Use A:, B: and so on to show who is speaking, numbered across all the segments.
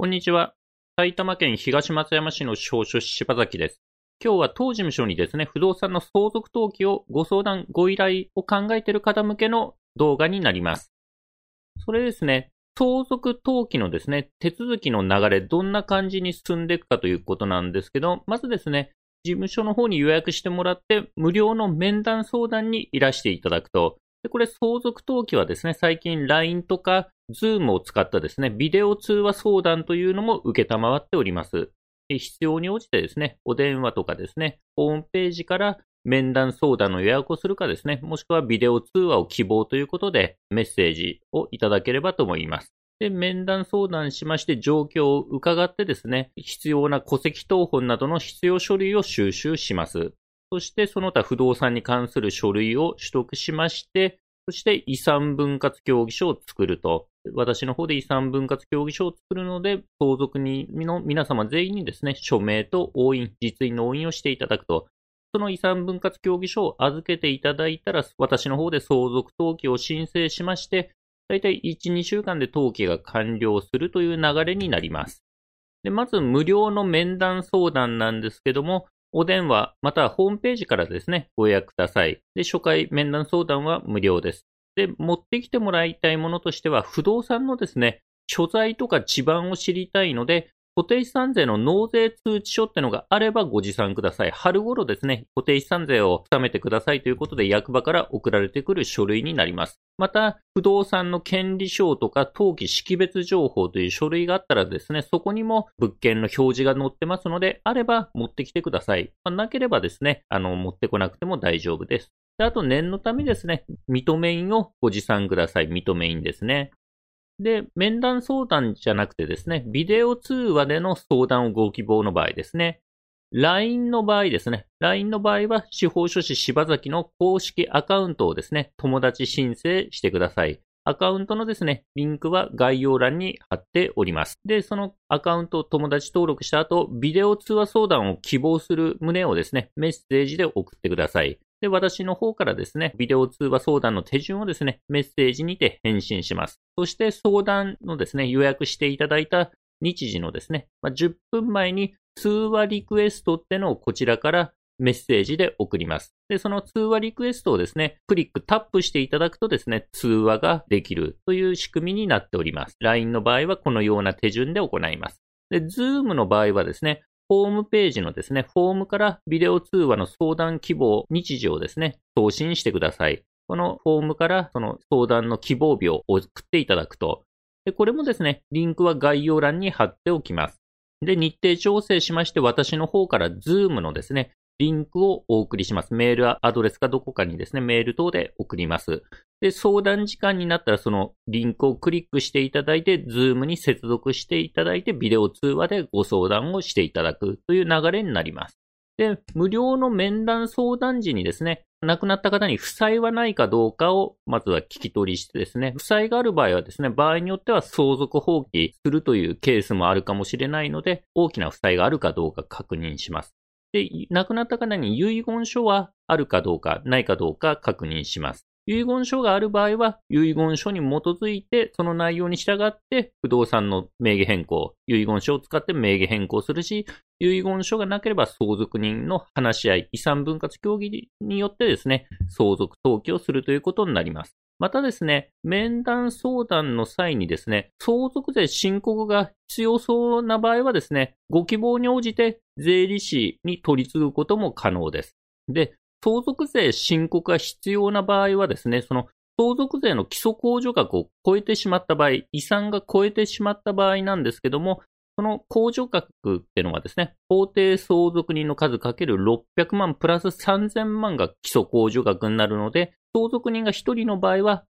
A: こんにちは。埼玉県東松山市の司法書士柴崎です。今日は当事務所にですね、不動産の相続登記をご相談、ご依頼を考えている方向けの動画になります。それですね、相続登記のですね、手続きの流れ、どんな感じに進んでいくかということなんですけど、まずですね、事務所の方に予約してもらって、無料の面談相談にいらしていただくと、これ相続登記はですね、最近 LINE とか Zoom を使ったですね、ビデオ通話相談というのも受けたまわっております。必要に応じてですね、お電話とかですね、ホームページから面談相談の予約をするかですね、もしくはビデオ通話を希望ということでメッセージをいただければと思います。で、面談相談しまして状況を伺ってですね、必要な戸籍謄本などの必要書類を収集します。そしてその他不動産に関する書類を取得しまして、そして遺産分割協議書を作ると。私の方で遺産分割協議書を作るので、相続人の皆様全員にですね、署名と押印、実印の押印をしていただくと。その遺産分割協議書を預けていただいたら、私の方で相続登記を申請しまして、だいたい1、2週間で登記が完了するという流れになります。で、まず無料の面談相談なんですけども、お電話、またはホームページからですね、ご予約ください。で、初回面談相談は無料です。で、持ってきてもらいたいものとしては、不動産のですね、所在とか地盤を知りたいので、固定資産税の納税通知書ってのがあればご持参ください。春頃ですね、固定資産税を納めてくださいということで役場から送られてくる書類になります。また、不動産の権利証とか登記識別情報という書類があったらですね、そこにも物件の表示が載ってますので、あれば持ってきてください。なければですね、持ってこなくても大丈夫です。で、あと念のためですね、認め印をご持参ください。認め印ですね。で、面談相談じゃなくてですね、ビデオ通話での相談をご希望の場合ですね。LINE の場合ですね。LINE の場合は、司法書士柴崎の公式アカウントをですね、友達申請してください。アカウントのですね、リンクは概要欄に貼っております。で、そのアカウントを友達登録した後、ビデオ通話相談を希望する旨をですね、メッセージで送ってください。で、私の方からですね、ビデオ通話相談の手順をですね、メッセージにて返信します。そして相談のですね、予約していただいた日時のですね、10分前に通話リクエストってのをこちらからメッセージで送ります。で、その通話リクエストをですね、クリック、タップしていただくとですね、通話ができるという仕組みになっております。LINE の場合はこのような手順で行います。で、Zoom の場合はですね、ホームページのですね、フォームからビデオ通話の相談希望、日時をですね、送信してください。このフォームからその相談の希望日を送っていただくと。で、これもですね、リンクは概要欄に貼っておきます。で、日程調整しまして、私の方から Zoom のですね、リンクをお送りします。メールアドレスかどこかにですね、メール等で送ります。で、相談時間になったらそのリンクをクリックしていただいて、Zoom に接続していただいて、ビデオ通話でご相談をしていただくという流れになります。で、無料の面談相談時にですね、亡くなった方に負債はないかどうかをまずは聞き取りしてですね、負債がある場合はですね、場合によっては相続放棄するというケースもあるかもしれないので、大きな負債があるかどうか確認します。で、亡くなった方に遺言書はあるかどうか、ないかどうか確認します。遺言書がある場合は、遺言書に基づいて、その内容に従って、不動産の名義変更、遺言書を使って名義変更するし、遺言書がなければ相続人の話し合い、遺産分割協議によってですね、相続登記をするということになります。またですね、面談相談の際にですね、相続税申告が必要そうな場合はですね、ご希望に応じて税理士に取り次ぐことも可能です。で、相続税申告が必要な場合はですね、その相続税の基礎控除額を超えてしまった場合、遺産が超えてしまった場合なんですけども、その控除額っていうのはですね、法定相続人の数かける600万プラス3000万が基礎控除額になるので、相続人が1人の場合は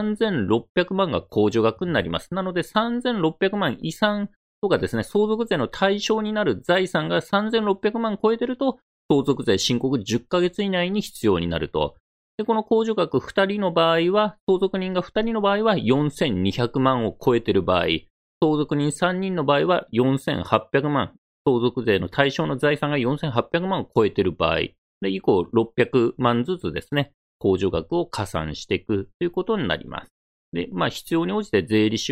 A: 3600万が控除額になります。なので3600万遺産とかですね、相続税の対象になる財産が3600万超えてると、相続税申告10ヶ月以内に必要になると。で、この控除額2人の場合は、相続人が2人の場合は4200万を超えている場合、相続人3人の場合は4800万、相続税の対象の財産が4800万を超えている場合、で、以降600万ずつですね、控除額を加算していくということになります。で、必要に応じて税理士を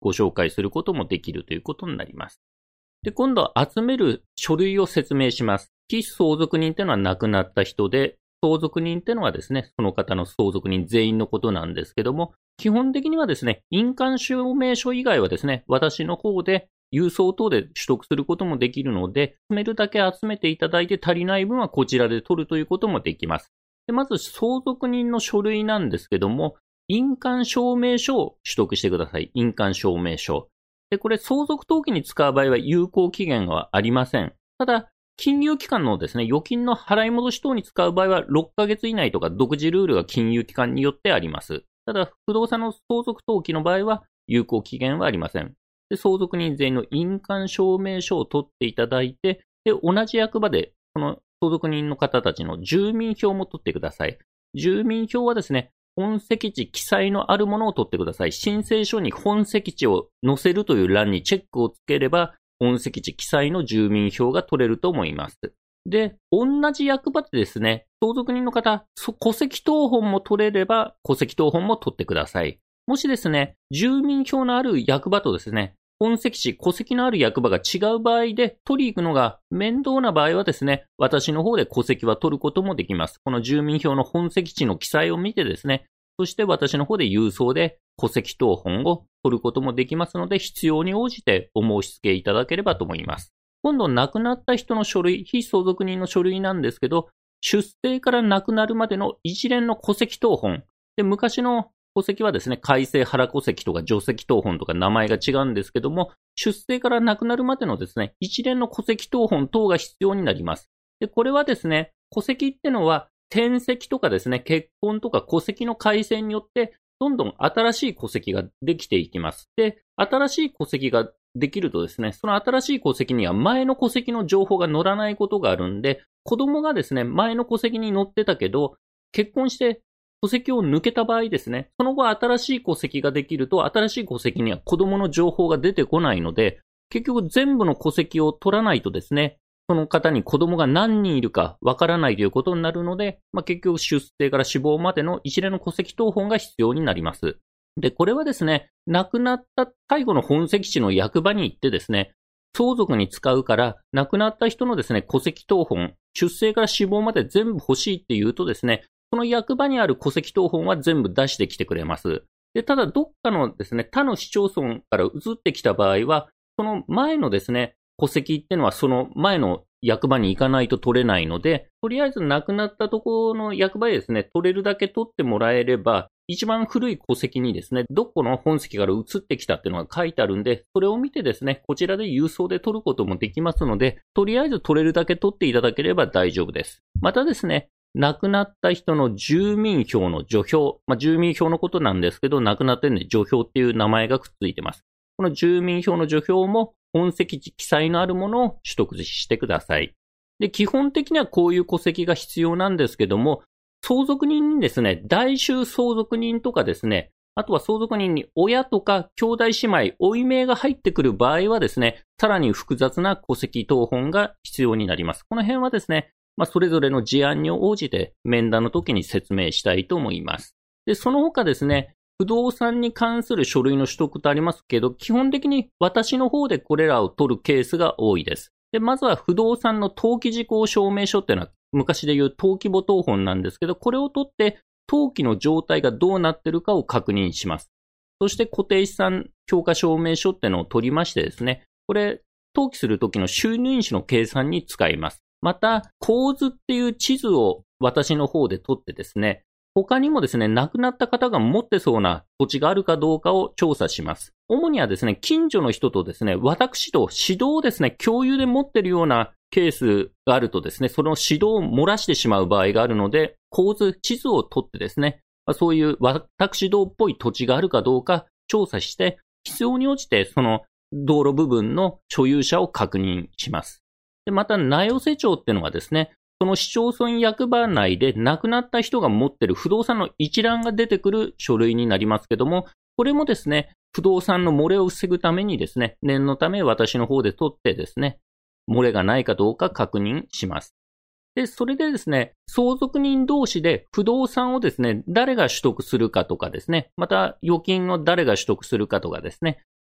A: ご紹介することもできるということになります。で、今度は集める書類を説明します。被相続人というのは亡くなった人で、相続人というのはですね、その方の相続人全員のことなんですけども、基本的にはですね、印鑑証明書以外はですね、私の方で郵送等で取得することもできるので、集めるだけ集めていただいて足りない分はこちらで取るということもできます。で、まず相続人の書類なんですけども、印鑑証明書を取得してください。印鑑証明書。で、これ相続登記に使う場合は有効期限はありません。ただ、金融機関のですね、預金の払い戻し等に使う場合は6ヶ月以内とか独自ルールが金融機関によってあります。ただ、不動産の相続登記の場合は有効期限はありません。で、相続人全員の印鑑証明書を取っていただいて、で、同じ役場で、この相続人の方たちの住民票も取ってください。住民票はですね、本籍地記載のあるものを取ってください。申請書に本籍地を載せるという欄にチェックをつければ、本籍地記載の住民票が取れると思います。で、同じ役場でですね、相続人の方、戸籍謄本も取れれば、戸籍謄本も取ってください。もしですね、住民票のある役場とですね、本籍地、戸籍のある役場が違う場合で取り行くのが面倒な場合はですね、私の方で戸籍は取ることもできます。この住民票の本籍地の記載を見てですね、そして私の方で郵送で戸籍謄本を取ることもできますので、必要に応じてお申し付けいただければと思います。今度亡くなった人の書類、被相続人の書類なんですけど、出生から亡くなるまでの一連の戸籍謄本。で、昔の戸籍はですね、改正原戸籍とか除籍謄本とか名前が違うんですけども、出生から亡くなるまでのですね、一連の戸籍謄本等が必要になります。で、これはですね、戸籍ってのは転籍とかですね、結婚とか戸籍の改正によって、どんどん新しい戸籍ができていきます。で、新しい戸籍ができるとですね、その新しい戸籍には前の戸籍の情報が載らないことがあるんで、子供がですね、前の戸籍に載ってたけど、結婚して戸籍を抜けた場合ですね、その後新しい戸籍ができると、新しい戸籍には子供の情報が出てこないので、結局全部の戸籍を取らないとですね、その方に子供が何人いるかわからないということになるので、結局出生から死亡までの一連の戸籍謄本が必要になります。で、これはですね、亡くなった最後の本籍地の役場に行ってですね、相続に使うから、亡くなった人のですね、戸籍謄本、出生から死亡まで全部欲しいって言うとですね、その役場にある戸籍謄本は全部出してきてくれます。で、ただどっかのですね、他の市町村から移ってきた場合は、その前のですね、戸籍ってのはその前の役場に行かないと取れないので、とりあえず亡くなったところの役場でですね、取れるだけ取ってもらえれば、一番古い戸籍にですね、どこの本籍から移ってきたっていうのが書いてあるんで、それを見てですね、こちらで郵送で取ることもできますので、とりあえず取れるだけ取っていただければ大丈夫です。またですね、亡くなった人の住民票の除票、住民票のことなんですけど、亡くなってるんで除票っていう名前がくっついてます。この住民票の除票も本籍地記載のあるものを取得してください。で、基本的にはこういう戸籍が必要なんですけども、相続人にですね、代収相続人とかですね、あとは相続人に親とか兄弟姉妹、甥姪が入ってくる場合はですね、さらに複雑な戸籍謄本が必要になります。この辺はですね、それぞれの事案に応じて面談の時に説明したいと思います。で、その他ですね、不動産に関する書類の取得とありますけど、基本的に私の方でこれらを取るケースが多いです。で、まずは不動産の登記事項証明書っていうのは昔でいう登記簿謄本なんですけど、これを取って登記の状態がどうなっているかを確認します。そして固定資産評価証明書っていうのを取りましてですね、これ登記する時の収入印紙の計算に使います。また、構図っていう地図を私の方で取ってですね、他にもですね、亡くなった方が持ってそうな土地があるかどうかを調査します。主にはですね、近所の人とですね、私と指導をですね、共有で持っているようなケースがあるとですね、その指導を漏らしてしまう場合があるので、構図、地図を取ってですね、そういう私道っぽい土地があるかどうか調査して、必要に応じてその道路部分の所有者を確認します。で、また、名寄せ帳っていうのはですね、その市町村役場内で亡くなった人が持っている不動産の一覧が出てくる書類になりますけども、これもですね、不動産の漏れを防ぐためにですね、念のため私の方で取ってですね、漏れがないかどうか確認します。で、それでですね、相続人同士で不動産をですね、誰が取得するかとかですね、また預金を誰が取得するかとかですね、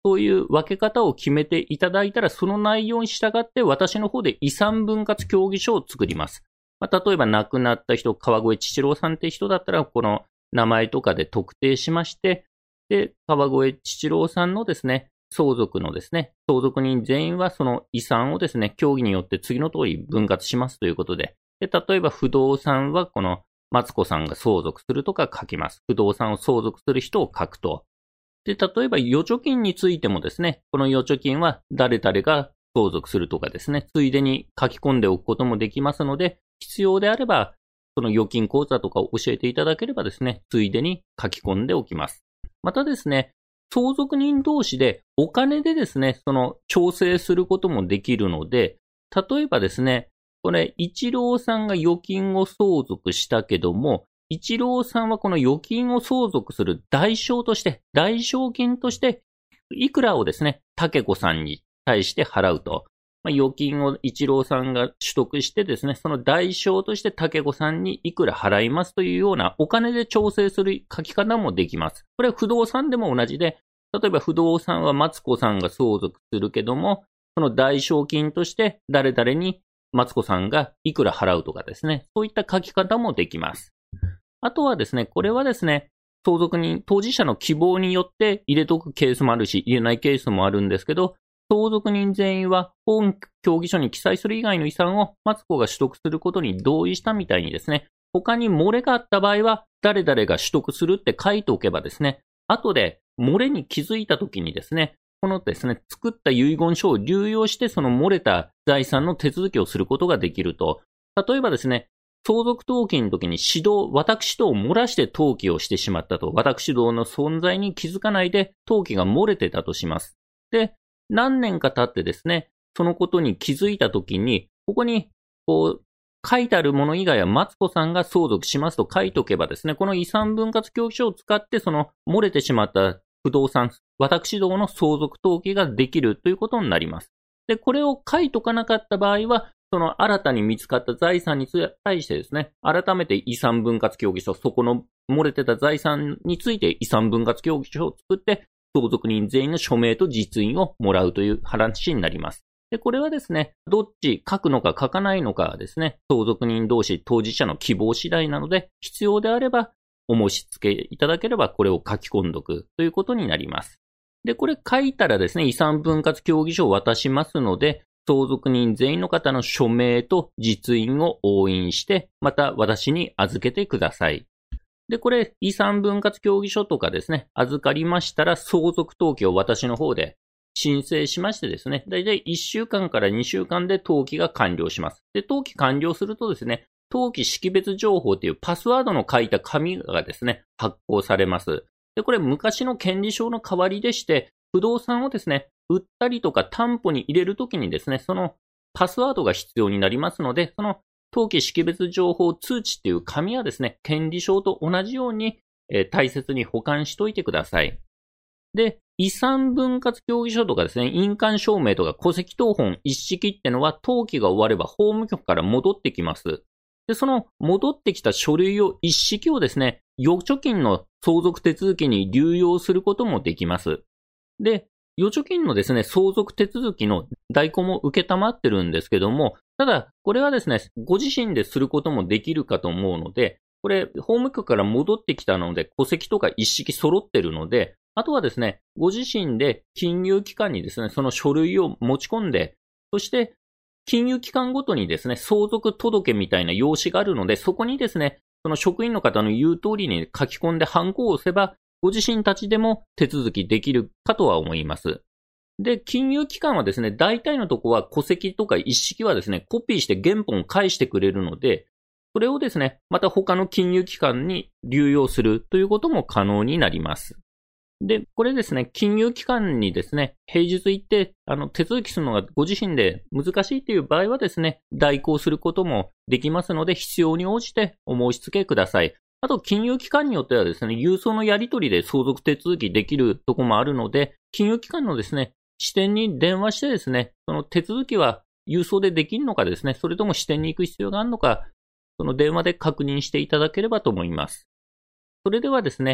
A: そういう分け方を決めていただいたら、その内容に従って私の方で遺産分割協議書を作ります。例えば亡くなった人、川越七郎さんって人だったら、この名前とかで特定しまして、で、川越七郎さんのですね、相続のですね、相続人全員はその遺産をですね、協議によって次の通り分割しますということで、例えば不動産はこのマツコさんが相続するとか書きます。不動産を相続する人を書くと。で、例えば預貯金についてもですね、この預貯金は誰々が相続するとかですね、ついでに書き込んでおくこともできますので、必要であれば、その預金口座とかを教えていただければですね、ついでに書き込んでおきます。またですね、相続人同士でお金でですね、その調整することもできるので、例えばですね、これ、一郎さんが預金を相続したけども、一郎さんはこの預金を相続する代償として、代償金として、いくらをですね、竹子さんに対して払うと。預金を一郎さんが取得してですね、その代償として竹子さんにいくら払いますというようなお金で調整する書き方もできます。これは不動産でも同じで、例えば不動産はマツコさんが相続するけども、その代償金として誰々にマツコさんがいくら払うとかですね、そういった書き方もできます。あとはですね、これはですね、相続人、当事者の希望によって入れとくケースもあるし、入れないケースもあるんですけど、相続人全員は本協議書に記載する以外の遺産をマツコが取得することに同意したみたいにですね、他に漏れがあった場合は誰々が取得するって書いておけばですね、後で漏れに気づいた時にですね、このですね、作った遺言書を流用してその漏れた財産の手続きをすることができると。例えばですね、相続登記の時に私とを漏らして登記をしてしまったと。私どの存在に気づかないで登記が漏れてたとします。で、何年か経ってですね、そのことに気づいた時に、ここに、書いてあるもの以外はマツコさんが相続しますと書いておけばですね、この遺産分割協議書を使ってその漏れてしまった不動産、私どもの相続登記ができるということになります。で、これを書いとかなかった場合は、その新たに見つかった財産に対してですね、改めて遺産分割協議書、そこの漏れてた財産について遺産分割協議書を作って、相続人全員の署名と実印をもらうという話になります。で、これはですね、どっち書くのか書かないのかはですね、相続人同士、当事者の希望次第なので、必要であれば、お申し付けいただければこれを書き込んどくということになります。で、これ書いたらですね、遺産分割協議書を渡しますので、相続人全員の方の署名と実印を押印して、また私に預けてください。で、これ、遺産分割協議書とかですね、預かりましたら相続登記を私の方で申請しましてですね、だいたい1週間から2週間で登記が完了します。で、登記完了するとですね、登記識別情報というパスワードの書いた紙がですね、発行されます。で、これ昔の権利証の代わりでして、不動産をですね、売ったりとか担保に入れるときにですね、そのパスワードが必要になりますので、その登記識別情報通知っていう紙はですね、権利証と同じように、大切に保管しといてください。で、遺産分割協議書とかですね、印鑑証明とか戸籍謄本一式ってのは登記が終われば法務局から戻ってきます。で、その戻ってきた書類を一式をですね、預貯金の相続手続きに流用することもできます。で、預貯金のですね、相続手続きの代行も受けたまってるんですけども、ただ、これはですね、ご自身ですることもできるかと思うので、これ、法務局から戻ってきたので、戸籍とか一式揃ってるので、あとはですね、ご自身で金融機関にですね、その書類を持ち込んで、そして、金融機関ごとにですね、相続届みたいな用紙があるので、そこにですね、その職員の方の言う通りに書き込んでハンコを押せば、ご自身たちでも手続きできるかとは思います。で、金融機関はですね、大体のとこは戸籍とか一式はですね、コピーして原本を返してくれるので、それをですね、また他の金融機関に流用するということも可能になります。で、これですね、金融機関にですね、平日行って、手続きするのがご自身で難しいという場合はですね、代行することもできますので、必要に応じてお申し付けください。あと、金融機関によってはですね、郵送のやり取りで相続手続きできるところもあるので、金融機関のですね、支店に電話してですね、その手続きは郵送でできるのかですね、それとも支店に行く必要があるのか、その電話で確認していただければと思います。それではですね、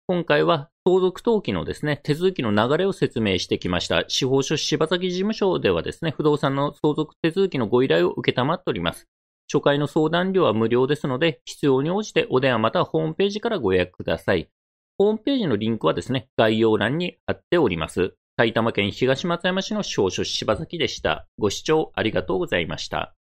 A: 今回は相続登記のですね、手続きの流れを説明してきました。司法書士柴崎事務所ではですね、不動産の相続手続きのご依頼を受けたまっております。初回の相談料は無料ですので、必要に応じてお電話またはホームページからご予約ください。ホームページのリンクはですね、概要欄に貼っております。埼玉県東松山市の司法書士柴崎でした。ご視聴ありがとうございました。